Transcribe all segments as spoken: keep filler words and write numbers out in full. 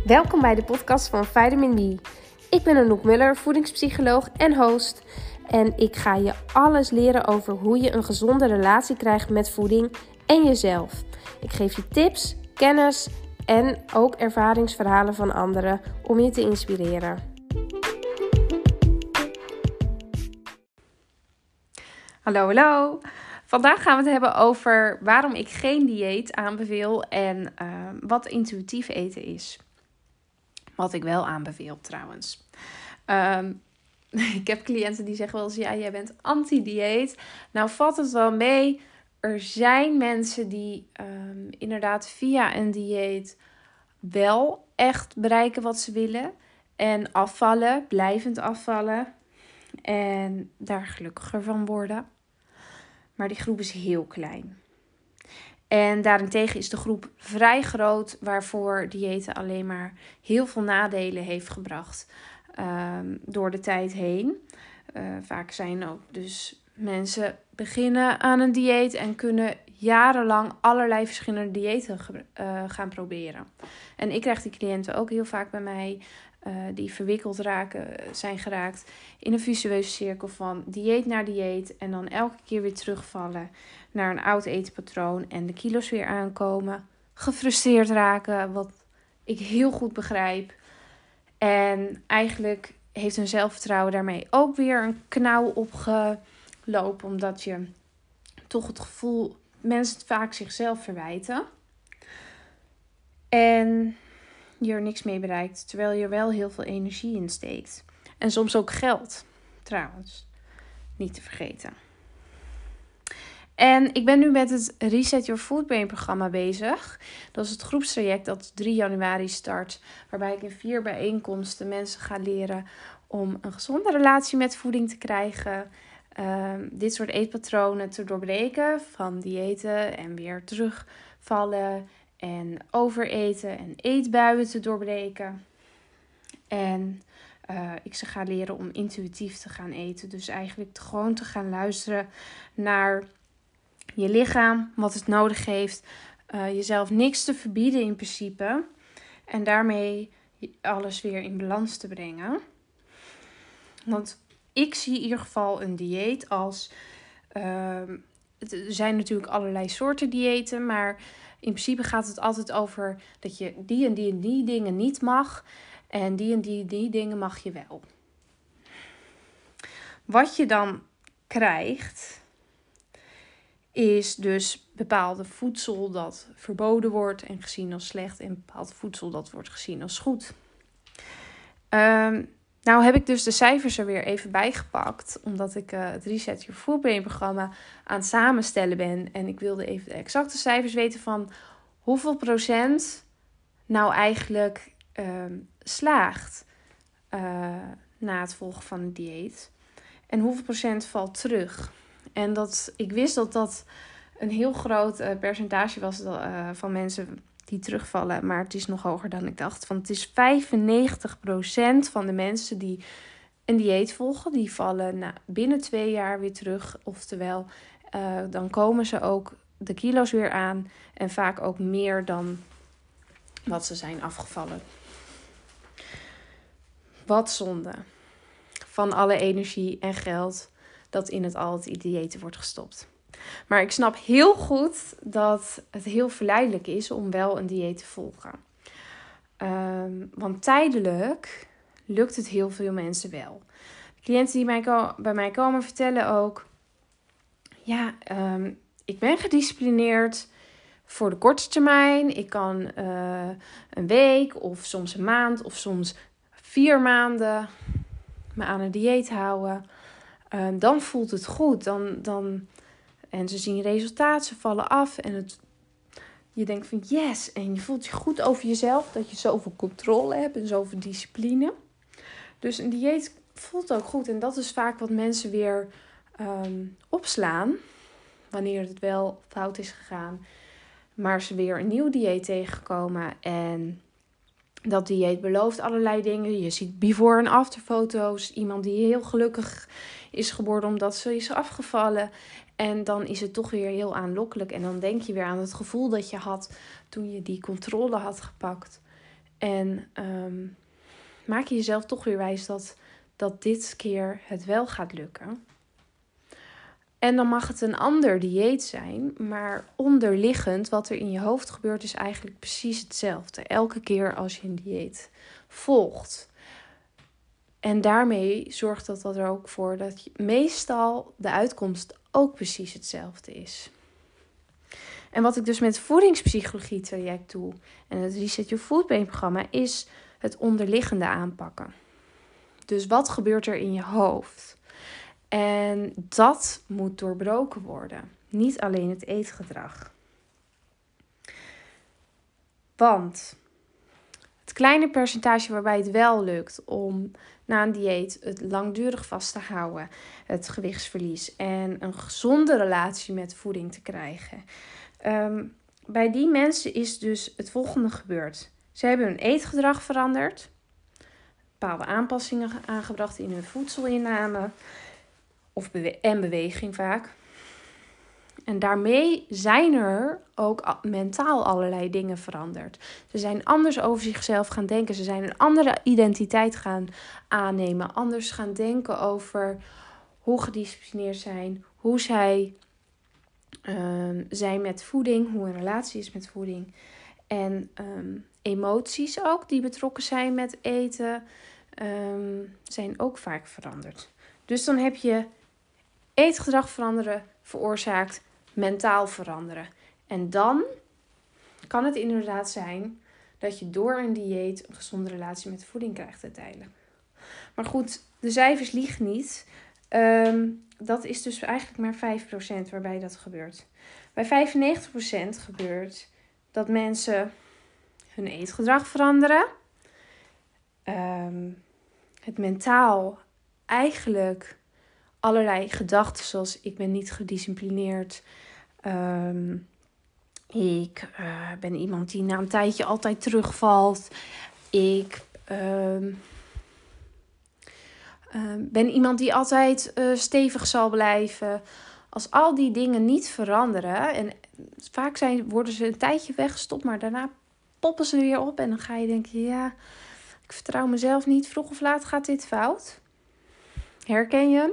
Welkom bij de podcast van Vitamin B. Ik ben Anouk Muller, voedingspsycholoog en host. En ik ga je alles leren over hoe je een gezonde relatie krijgt met voeding en jezelf. Ik geef je tips, kennis en ook ervaringsverhalen van anderen om je te inspireren. Hallo, hallo. Vandaag gaan we het hebben over waarom ik geen dieet aanbeveel en uh, wat intuïtief eten is. Wat ik wel aanbeveel trouwens. Um, ik heb cliënten die zeggen wel eens, ja, jij bent anti-dieet. Nou valt het wel mee. Er zijn mensen die um, inderdaad via een dieet wel echt bereiken wat ze willen. En afvallen, blijvend afvallen. En daar gelukkiger van worden. Maar die groep is heel klein. En daarentegen is de groep vrij groot waarvoor diëten alleen maar heel veel nadelen heeft gebracht um, door de tijd heen. Uh, vaak zijn ook dus mensen beginnen aan een dieet en kunnen jarenlang allerlei verschillende diëten uh, gaan proberen. En ik krijg die cliënten ook heel vaak bij mij uh, die verwikkeld raken, zijn geraakt in een visueuze cirkel van dieet naar dieet en dan elke keer weer terugvallen naar een oud eetpatroon en de kilo's weer aankomen. Gefrustreerd raken, wat ik heel goed begrijp. En eigenlijk heeft hun zelfvertrouwen daarmee ook weer een knauw opgelopen. Omdat je toch het gevoel, mensen vaak zichzelf verwijten. En je er niks mee bereikt, terwijl je er wel heel veel energie in steekt. En soms ook geld, trouwens. Niet te vergeten. En ik ben nu met het Reset Your Food Brain programma bezig. Dat is het groepstraject dat drie januari start. Waarbij ik in vier bijeenkomsten mensen ga leren om een gezonde relatie met voeding te krijgen. Uh, dit soort eetpatronen te doorbreken. Van diëten en weer terugvallen. En overeten en eetbuien te doorbreken. En uh, ik ze ga leren om intuïtief te gaan eten. Dus eigenlijk te gewoon te gaan luisteren naar je lichaam, wat het nodig heeft. Uh, jezelf niks te verbieden in principe. En daarmee alles weer in balans te brengen. Want ik zie in ieder geval een dieet als... Uh, er zijn natuurlijk allerlei soorten diëten, maar in principe gaat het altijd over dat je die en die en die dingen niet mag. En die en die en die dingen mag je wel. Wat je dan krijgt is dus bepaalde voedsel dat verboden wordt en gezien als slecht. En bepaald voedsel dat wordt gezien als goed. Um, nou heb ik dus de cijfers er weer even bij gepakt. Omdat ik uh, het Reset Your Food Brain programma aan het samenstellen ben. En ik wilde even de exacte cijfers weten van hoeveel procent nou eigenlijk uh, slaagt uh, na het volgen van een dieet. En hoeveel procent valt terug. En dat, ik wist dat dat een heel groot uh, percentage was uh, van mensen die terugvallen. Maar het is nog hoger dan ik dacht. Want het is vijfennegentig procent van de mensen die een dieet volgen. Die vallen na, binnen twee jaar weer terug. Oftewel, uh, dan komen ze ook de kilo's weer aan. En vaak ook meer dan wat ze zijn afgevallen. Wat zonde van alle energie en geld dat in het al het diëten wordt gestopt. Maar ik snap heel goed dat het heel verleidelijk is om wel een dieet te volgen. Um, want tijdelijk lukt het heel veel mensen wel. De cliënten die mij ko- bij mij komen vertellen ook... Ja, um, ik ben gedisciplineerd voor de korte termijn. Ik kan uh, een week of soms een maand of soms vier maanden me aan een dieet houden. Uh, dan voelt het goed. Dan, dan, en ze zien resultaat, ze vallen af. En het, je denkt van yes. En je voelt je goed over jezelf. Dat je zoveel controle hebt en zoveel discipline. Dus een dieet voelt ook goed. En dat is vaak wat mensen weer um, opslaan. Wanneer het wel fout is gegaan. Maar ze weer een nieuw dieet tegenkomen. En dat dieet belooft allerlei dingen. Je ziet before- en afterfoto's. Iemand die heel gelukkig is geworden omdat ze is afgevallen. En dan is het toch weer heel aanlokkelijk. En dan denk je weer aan het gevoel dat je had toen je die controle had gepakt. En um, maak je jezelf toch weer wijs dat, dat dit keer het wel gaat lukken. En dan mag het een ander dieet zijn, maar onderliggend wat er in je hoofd gebeurt is eigenlijk precies hetzelfde. Elke keer als je een dieet volgt. En daarmee zorgt dat er ook voor dat je, meestal de uitkomst ook precies hetzelfde is. En wat ik dus met het voedingspsychologie traject doe en het Reset Your Food Brain programma is het onderliggende aanpakken. Dus wat gebeurt er in je hoofd? En dat moet doorbroken worden. Niet alleen het eetgedrag. Want het kleine percentage waarbij het wel lukt om na een dieet het langdurig vast te houden, het gewichtsverlies en een gezonde relatie met voeding te krijgen. Um, bij die mensen is dus het volgende gebeurd. Ze hebben hun eetgedrag veranderd. Bepaalde aanpassingen aangebracht in hun voedselinname. Of bewe- en beweging vaak. En daarmee zijn er ook mentaal allerlei dingen veranderd. Ze zijn anders over zichzelf gaan denken. Ze zijn een andere identiteit gaan aannemen. Anders gaan denken over hoe gedisciplineerd zijn. Hoe zij um, zijn met voeding. Hoe een relatie is met voeding. En um, emoties ook die betrokken zijn met eten. Um, zijn ook vaak veranderd. Dus dan heb je eetgedrag veranderen veroorzaakt mentaal veranderen. En dan kan het inderdaad zijn dat je door een dieet een gezonde relatie met voeding krijgt uiteindelijk. Maar goed, de cijfers liegen niet. Um, dat is dus eigenlijk maar vijf procent waarbij dat gebeurt. Bij vijfennegentig procent gebeurt dat mensen hun eetgedrag veranderen. Um, het mentaal eigenlijk allerlei gedachten zoals ik ben niet gedisciplineerd. Um, ik uh, ben iemand die na een tijdje altijd terugvalt. Ik uh, uh, ben iemand die altijd uh, stevig zal blijven. Als al die dingen niet veranderen. En vaak zijn, worden ze een tijdje weggestopt. Maar daarna poppen ze weer op. En dan ga je denken, ja, ik vertrouw mezelf niet. Vroeg of laat gaat dit fout. Herken je hem?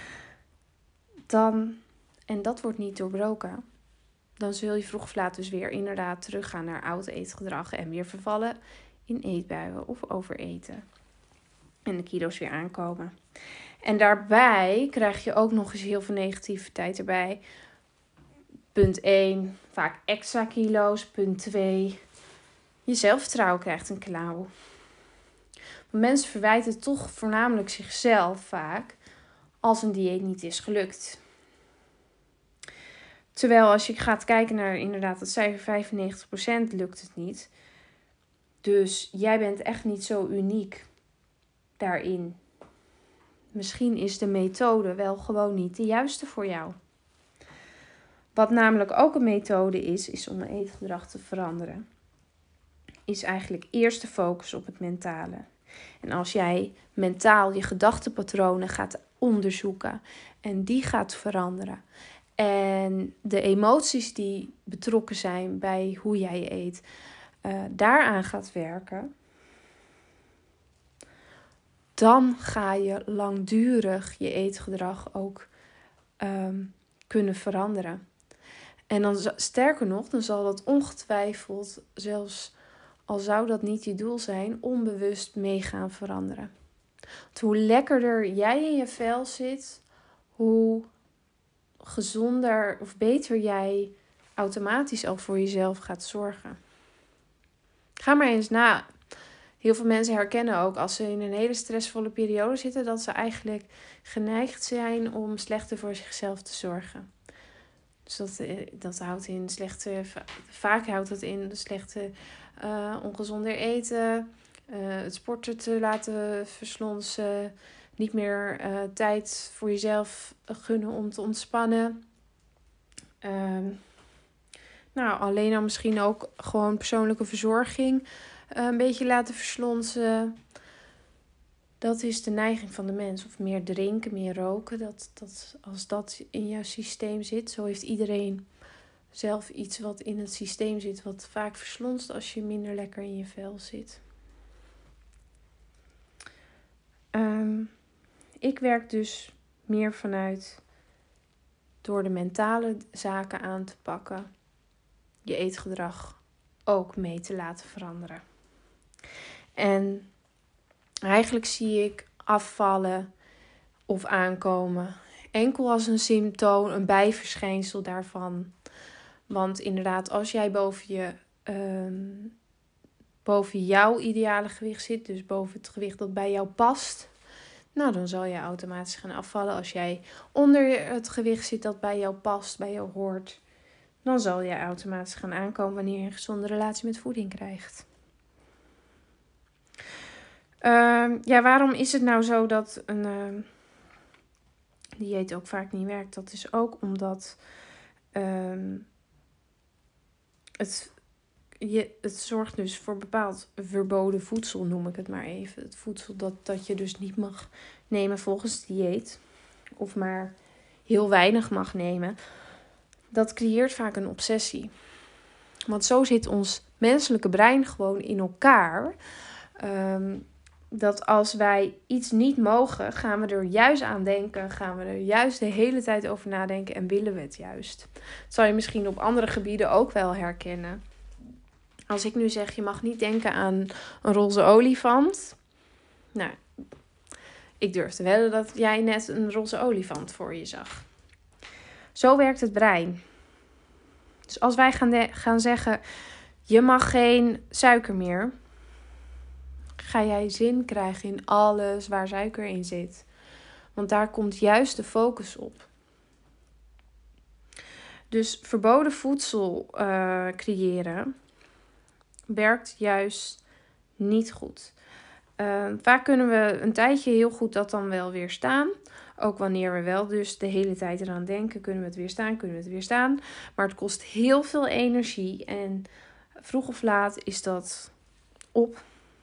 Dan, en dat wordt niet doorbroken, dan zul je vroeg of laat dus weer inderdaad teruggaan naar oud eetgedrag en weer vervallen in eetbuien of overeten. En de kilo's weer aankomen. En daarbij krijg je ook nog eens heel veel negativiteit erbij. Punt één, vaak extra kilo's. Punt twee, je zelfvertrouwen krijgt een klauw. Want mensen verwijten toch voornamelijk zichzelf vaak als een dieet niet is gelukt. Terwijl als je gaat kijken naar inderdaad het cijfer vijfennegentig procent lukt het niet. Dus jij bent echt niet zo uniek daarin. Misschien is de methode wel gewoon niet de juiste voor jou. Wat namelijk ook een methode is, is om eetgedrag te veranderen. Is eigenlijk eerst de focus op het mentale. En als jij mentaal je gedachtenpatronen gaat onderzoeken en die gaat veranderen. En de emoties die betrokken zijn bij hoe jij eet, uh, daaraan gaat werken. Dan ga je langdurig je eetgedrag ook um, kunnen veranderen. En dan sterker nog, dan zal dat ongetwijfeld, zelfs al zou dat niet je doel zijn, onbewust mee gaan veranderen. Want hoe lekkerder jij in je vel zit, hoe gezonder of beter jij automatisch al voor jezelf gaat zorgen. Ga maar eens na. Heel veel mensen herkennen ook als ze in een hele stressvolle periode zitten, dat ze eigenlijk geneigd zijn om slechter voor zichzelf te zorgen. Dus dat, dat houdt in slechte, vaak houdt dat in slechte, uh, ongezonder eten, uh, het sporten te laten verslonsen, niet meer uh, tijd voor jezelf gunnen om te ontspannen. Uh, nou, alleen al misschien ook gewoon persoonlijke verzorging uh, een beetje laten verslonsen. Dat is de neiging van de mens. Of meer drinken, meer roken. Dat, dat, als dat in jouw systeem zit. Zo heeft iedereen zelf iets wat in het systeem zit. Wat vaak verslonst als je minder lekker in je vel zit. Um, ik werk dus meer vanuit door de mentale zaken aan te pakken, je eetgedrag ook mee te laten veranderen. En eigenlijk zie ik afvallen of aankomen enkel als een symptoom, een bijverschijnsel daarvan. Want inderdaad, als jij boven je um, boven jouw ideale gewicht zit, dus boven het gewicht dat bij jou past, nou, dan zal je automatisch gaan afvallen. Als jij onder het gewicht zit dat bij jou past, bij jou hoort, dan zal je automatisch gaan aankomen wanneer je een gezonde relatie met voeding krijgt. Uh, ja, waarom is het nou zo dat een uh, dieet ook vaak niet werkt? Dat is ook omdat uh, het, je, het zorgt dus voor bepaald verboden voedsel, noem ik het maar even. Het voedsel dat, dat je dus niet mag nemen volgens het dieet, of maar heel weinig mag nemen. Dat creëert vaak een obsessie. Want zo zit ons menselijke brein gewoon in elkaar. Um, dat als wij iets niet mogen, gaan we er juist aan denken. Gaan we er juist de hele tijd over nadenken en willen we het juist. Dat zal je misschien op andere gebieden ook wel herkennen. Als ik nu zeg, je mag niet denken aan een roze olifant. Nou, ik durf te wedden dat jij net een roze olifant voor je zag. Zo werkt het brein. Dus als wij gaan, de- gaan zeggen, je mag geen suiker meer, ga jij zin krijgen in alles waar suiker in zit. Want daar komt juist de focus op. Dus verboden voedsel uh, creëren werkt juist niet goed. Uh, vaak kunnen we een tijdje heel goed dat dan wel weerstaan. Ook wanneer we wel dus de hele tijd eraan denken, kunnen we het weerstaan, kunnen we het weerstaan. Maar het kost heel veel energie en vroeg of laat is dat op.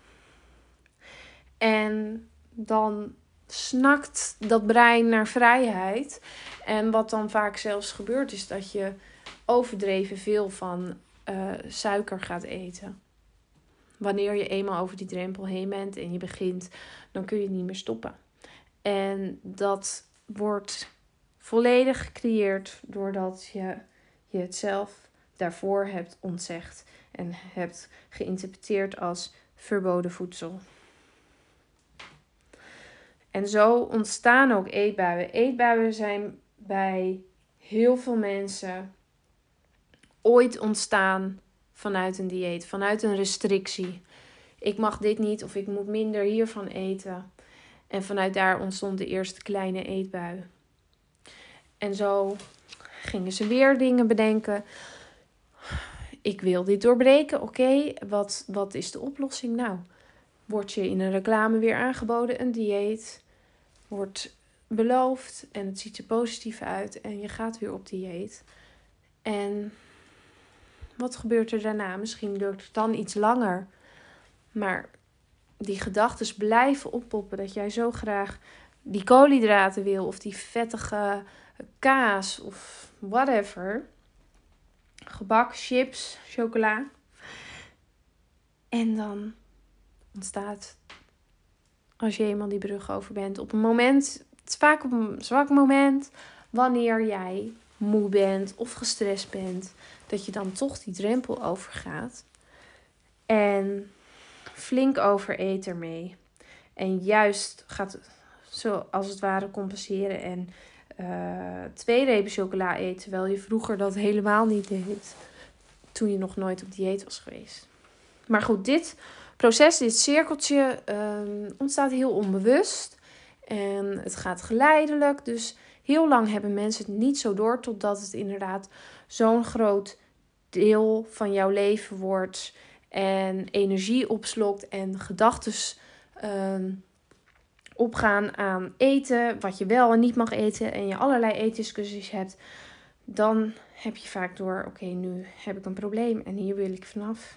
En dan snakt dat brein naar vrijheid. En wat dan vaak zelfs gebeurt is dat je overdreven veel van uh, suiker gaat eten. Wanneer je eenmaal over die drempel heen bent en je begint, dan kun je niet meer stoppen. En dat wordt volledig gecreëerd doordat je, je het zelf daarvoor hebt ontzegd en hebt geïnterpreteerd als verboden voedsel. En zo ontstaan ook eetbuien. Eetbuien zijn bij heel veel mensen ooit ontstaan vanuit een dieet, vanuit een restrictie. Ik mag dit niet of ik moet minder hiervan eten. En vanuit daar ontstond de eerste kleine eetbui. En zo gingen ze weer dingen bedenken. Ik wil dit doorbreken, oké. Okay. Wat, wat is de oplossing? Nou, wordt je in een reclame weer aangeboden een dieet. Wordt beloofd en het ziet er positief uit en je gaat weer op dieet. En wat gebeurt er daarna? Misschien duurt het dan iets langer. Maar die gedachten blijven oppoppen dat jij zo graag die koolhydraten wil of die vettige kaas of whatever. Gebak, chips, chocola. En dan ontstaat, als je eenmaal die brug over bent, op een moment, het is vaak op een zwak moment, wanneer jij moe bent of gestrest bent, dat je dan toch die drempel overgaat. En flink overeet ermee. En juist gaat zo als het ware compenseren en uh, twee repen chocola eten, terwijl je vroeger dat helemaal niet deed, toen je nog nooit op dieet was geweest. Maar goed, dit proces, dit cirkeltje um, ontstaat heel onbewust. En het gaat geleidelijk. Dus heel lang hebben mensen het niet zo door, totdat het inderdaad zo'n groot deel van jouw leven wordt. En energie opslokt en gedachten um, opgaan aan eten, wat je wel en niet mag eten. En je allerlei eetdiscussies hebt. Dan heb je vaak door, oké, okay, nu heb ik een probleem en hier wil ik vanaf.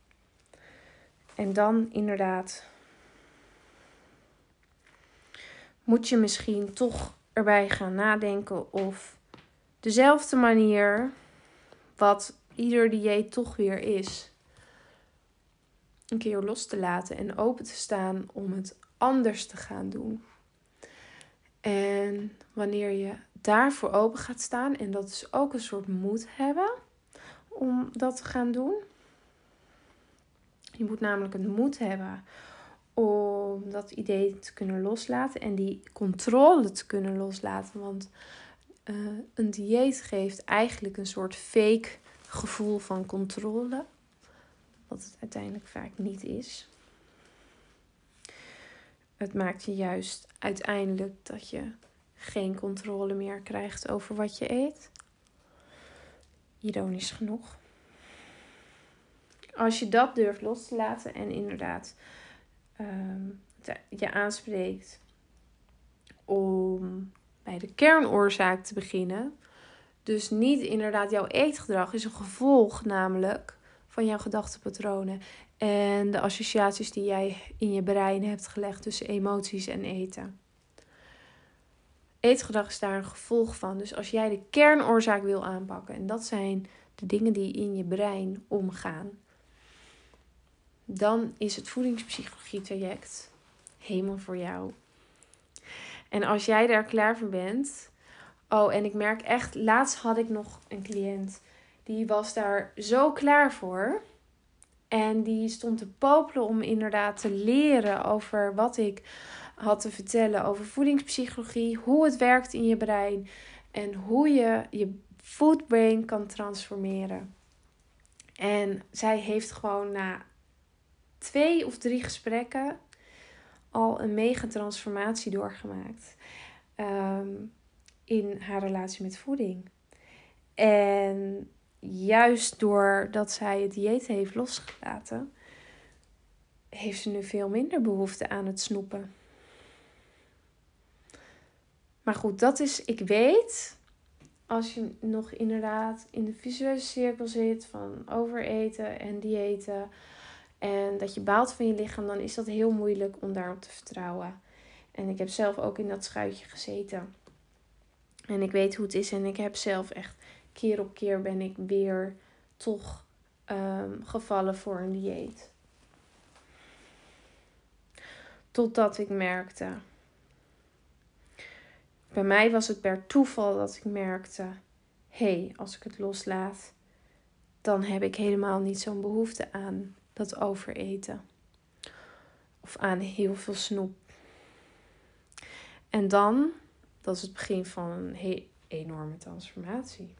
En dan inderdaad moet je misschien toch erbij gaan nadenken of dezelfde manier, wat ieder dieet toch weer is, een keer los te laten en open te staan om het anders te gaan doen. En wanneer je daarvoor open gaat staan, en dat is ook een soort moed hebben om dat te gaan doen. Je moet namelijk een moed hebben om dat idee te kunnen loslaten en die controle te kunnen loslaten. Want uh, een dieet geeft eigenlijk een soort fake gevoel van controle, wat het uiteindelijk vaak niet is. Het maakt je juist uiteindelijk dat je geen controle meer krijgt over wat je eet. Ironisch genoeg. Als je dat durft los te laten en inderdaad um, je aanspreekt om bij de kernoorzaak te beginnen. Dus niet inderdaad jouw eetgedrag is een gevolg namelijk van jouw gedachtepatronen en de associaties die jij in je brein hebt gelegd tussen emoties en eten. Eetgedrag is daar een gevolg van. Dus als jij de kernoorzaak wil aanpakken, en dat zijn de dingen die in je brein omgaan, dan is het voedingspsychologie traject helemaal voor jou. En als jij daar klaar voor bent, oh, en ik merk echt, laatst had ik nog een cliënt, die was daar zo klaar voor. En die stond te popelen om inderdaad te leren over wat ik had te vertellen over voedingspsychologie, hoe het werkt in je brein en hoe je je foodbrain kan transformeren. En zij heeft gewoon na twee of drie gesprekken al een mega transformatie doorgemaakt um, in haar relatie met voeding. En juist doordat zij het dieet heeft losgelaten, heeft ze nu veel minder behoefte aan het snoepen. Maar goed, dat is, ik weet, als je nog inderdaad in de visuele cirkel zit van overeten en diëten en dat je baalt van je lichaam, dan is dat heel moeilijk om daarop te vertrouwen. En ik heb zelf ook in dat schuitje gezeten. En ik weet hoe het is en ik heb zelf echt keer op keer ben ik weer toch um, gevallen voor een dieet. Totdat ik merkte, bij mij was het per toeval dat ik merkte, hé, hey, als ik het loslaat, dan heb ik helemaal niet zo'n behoefte aan dat overeten. Of aan heel veel snoep. En dan, dat is het begin van een he- enorme transformatie.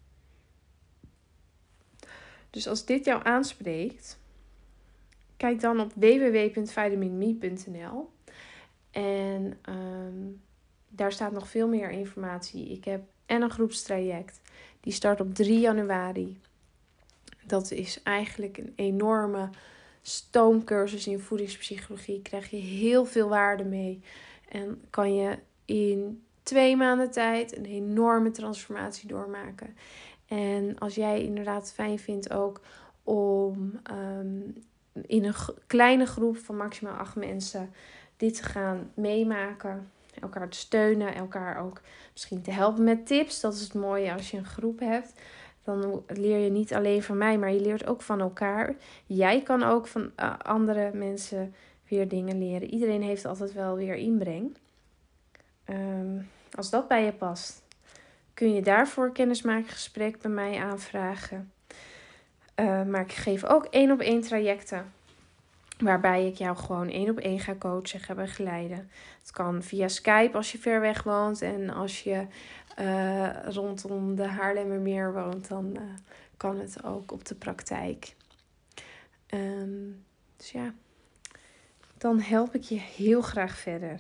Dus als dit jou aanspreekt, kijk dan op w w w punt vitamin me punt n l. En um, daar staat nog veel meer informatie. Ik heb en een groepstraject. Die start op drie januari. Dat is eigenlijk een enorme stoomcursus in voedingspsychologie. Krijg je heel veel waarde mee. En kan je in twee maanden tijd een enorme transformatie doormaken. En als jij inderdaad fijn vindt ook om um, in een g- kleine groep van maximaal acht mensen dit te gaan meemaken. Elkaar te steunen, elkaar ook misschien te helpen met tips. Dat is het mooie als je een groep hebt. Dan leer je niet alleen van mij, maar je leert ook van elkaar. Jij kan ook van uh, andere mensen weer dingen leren. Iedereen heeft altijd wel weer inbreng. Um, als dat bij je past, kun je daarvoor een kennismakingsgesprek bij mij aanvragen. Uh, maar ik geef ook één op één trajecten. Waarbij ik jou gewoon één op één ga coachen, ga begeleiden. Het kan via Skype als je ver weg woont. En als je uh, rondom de Haarlemmermeer woont, dan uh, kan het ook op de praktijk. Um, dus ja, dan help ik je heel graag verder.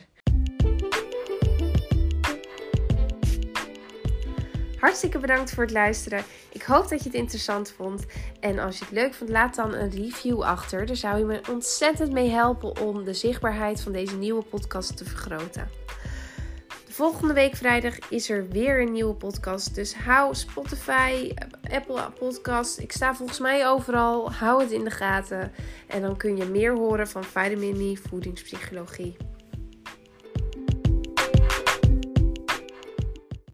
Hartstikke bedankt voor het luisteren. Ik hoop dat je het interessant vond. En als je het leuk vond, laat dan een review achter. Daar zou je me ontzettend mee helpen om de zichtbaarheid van deze nieuwe podcast te vergroten. De volgende week vrijdag is er weer een nieuwe podcast. Dus hou Spotify, Apple Podcast. Ik sta volgens mij overal. Hou het in de gaten. En dan kun je meer horen van Vitamin Me Voedingspsychologie.